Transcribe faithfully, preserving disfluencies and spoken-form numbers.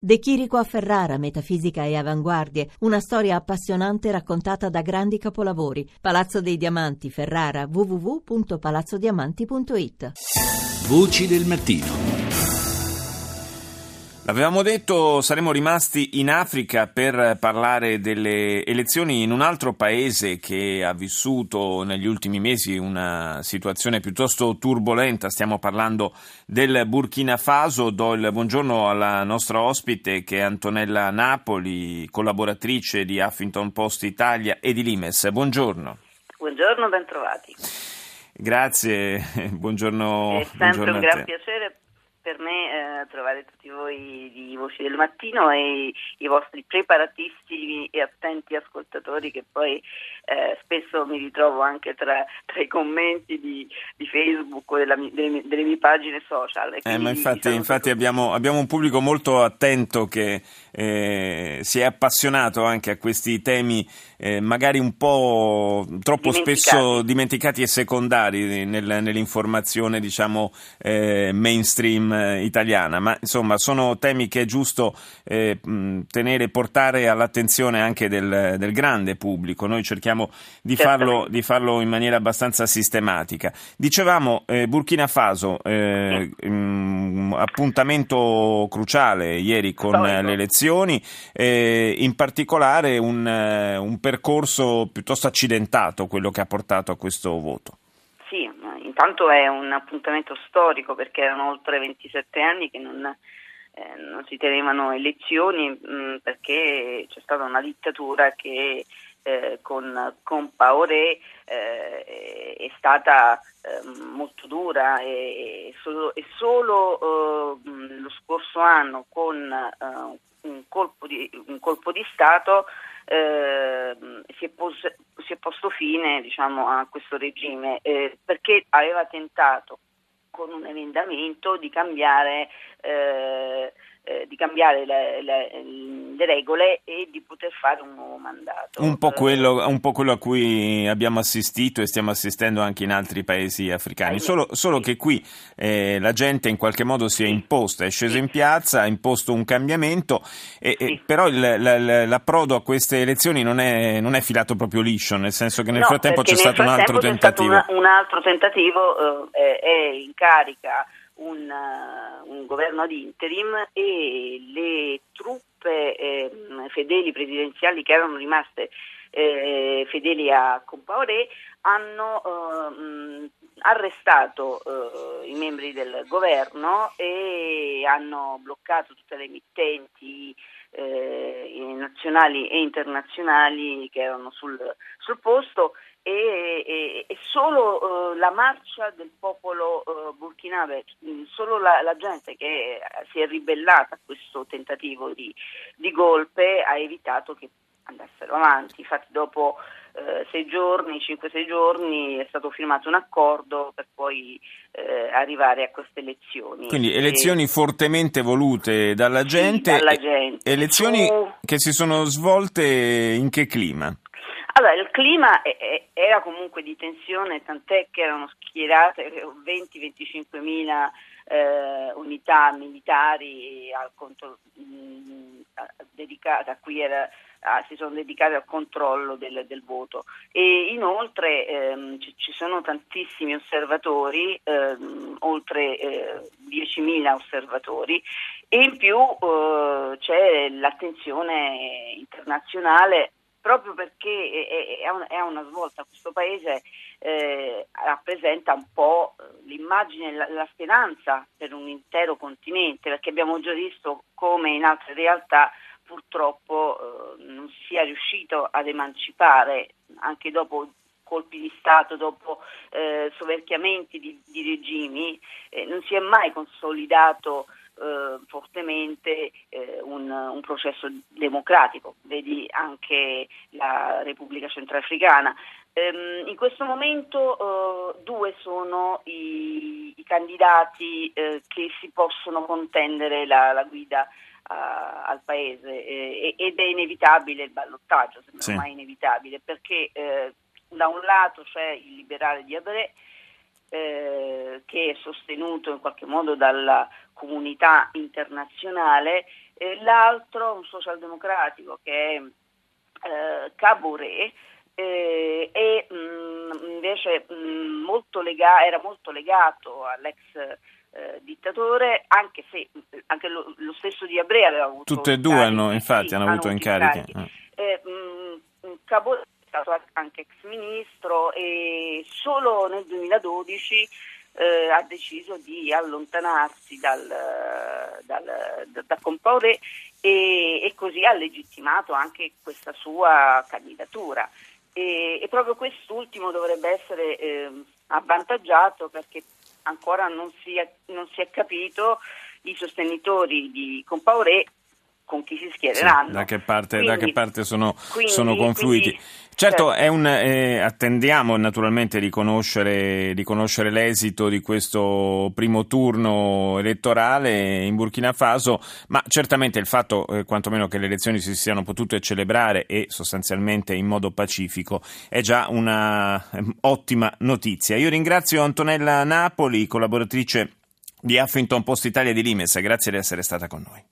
De Chirico a Ferrara, metafisica e avanguardie, una storia appassionante raccontata da grandi capolavori. Palazzo dei Diamanti, Ferrara, w w w punto palazzo diamanti punto it. Voci del mattino. L'avevamo detto, saremmo rimasti in Africa per parlare delle elezioni in un altro paese che ha vissuto negli ultimi mesi una situazione piuttosto turbolenta. Stiamo parlando del Burkina Faso. Do il buongiorno alla nostra ospite, che è Antonella Napoli, collaboratrice di Huffington Post Italia e di Limes. Buongiorno. Buongiorno, ben trovati. Grazie, buongiorno. È sempre buongiorno un gran piacere per me eh, trovare tutti voi di Voci del Mattino e i, i vostri preparatissimi e attenti ascoltatori, che poi eh, spesso mi ritrovo anche tra, tra i commenti di, di Facebook o della, delle, delle mie pagine social. Eh, ma infatti, infatti abbiamo, abbiamo un pubblico molto attento che eh, si è appassionato anche a questi temi eh, magari un po' troppo dimenticati. spesso dimenticati e secondari nel, nell'informazione, diciamo, eh, mainstream italiana, ma insomma sono temi che è giusto eh, tenere, portare all'attenzione anche del, del grande pubblico. Noi cerchiamo di farlo, di farlo in maniera abbastanza sistematica. Dicevamo eh, Burkina Faso, eh, um, appuntamento cruciale ieri con Storico. le elezioni, eh, in particolare un, uh, un percorso piuttosto accidentato, quello che ha portato a questo voto. Sì, intanto è un appuntamento storico, perché erano oltre ventisette anni che non, eh, non si tenevano elezioni, mh, perché c'è stata una dittatura che eh, con Compaoré eh, è stata eh, molto dura, e, e solo, e solo eh, lo scorso anno con eh, un colpo di, un colpo di Stato Eh, si, è pos- si è posto fine, diciamo, a questo regime, eh, perché aveva tentato con un emendamento di cambiare eh, eh, di cambiare le, le, le regole e di poter fare un nuovo mandato. Un po' quello, un po' quello a cui abbiamo assistito e stiamo assistendo anche in altri paesi africani, solo, solo che qui eh, la gente in qualche modo si è imposta, è scesa in piazza, ha imposto un cambiamento, e, sì. e, però il, la, l'approdo a queste elezioni non è, non è filato proprio liscio, nel senso che nel no, frattempo c'è nel stato frattempo un altro c'è tentativo. Stato una, un altro tentativo, eh, è in carica un, uh, un governo ad interim, e le truppe eh, fedeli presidenziali che erano rimaste eh, fedeli a Compaoré hanno eh, arrestato eh, i membri del governo e hanno bloccato tutte le emittenti eh, nazionali e internazionali che erano sul, sul posto. E, e, e solo uh, la marcia del popolo uh, burkinabè, solo la, la gente che si è ribellata a questo tentativo di, di golpe ha evitato che andassero avanti. Infatti dopo uh, sei giorni, cinque sei giorni è stato firmato un accordo per poi uh, arrivare a queste elezioni. Quindi elezioni e... fortemente volute dalla gente, sì, dalla gente. elezioni Su... che si sono svolte in che clima? Allora, il clima è, è, era comunque di tensione, tant'è che erano schierate venti venticinque mila eh, unità militari al contro, mh, dedicate, a cui era, a, si sono dedicate al controllo del, del voto, e inoltre ehm, ci, ci sono tantissimi osservatori, ehm, oltre eh, diecimila osservatori, e in più eh, c'è l'attenzione internazionale, proprio perché è una svolta. Questo paese eh, rappresenta un po' l'immagine, la, la speranza per un intero continente, perché abbiamo già visto come in altre realtà purtroppo eh, non si sia riuscito ad emancipare, anche dopo colpi di Stato, dopo eh, soverchiamenti di, di regimi, eh, non si è mai consolidato Eh, fortemente eh, un, un processo democratico. Vedi anche la Repubblica Centrafricana. Ehm, in questo momento eh, due sono i, i candidati eh, che si possono contendere la, la guida uh, al paese, eh, ed è inevitabile il ballottaggio, sembra sì. ormai inevitabile, perché eh, da un lato c'è il liberale di Habré, Eh, che è sostenuto in qualche modo dalla comunità internazionale, e l'altro un socialdemocratico che è eh, Kaboré, eh, e mh, invece mh, molto lega- era molto legato all'ex eh, dittatore, anche se anche lo, lo stesso Diabré aveva avuto tutte e due incarichi, hanno, infatti sì, hanno avuto incarichi. incarichi. Eh, mh, Kaboré è stato anche ex ministro e solo nel duemiladodici eh, ha deciso di allontanarsi dal, dal, da, da Compaoré e, e così ha legittimato anche questa sua candidatura. E, e proprio quest'ultimo dovrebbe essere eh, avvantaggiato perché ancora non si è, non si è capito i sostenitori di Compaoré con chi si schiereranno. Sì, da che parte, quindi, da che parte sono, quindi, sono confluiti. Quindi, certo, certo. È un, eh, attendiamo naturalmente riconoscere, riconoscere l'esito di questo primo turno elettorale in Burkina Faso, ma certamente il fatto eh, quantomeno che le elezioni si siano potute celebrare e sostanzialmente in modo pacifico è già una eh, ottima notizia. Io ringrazio Antonella Napoli, collaboratrice di Huffington Post Italia di Limes, grazie di essere stata con noi.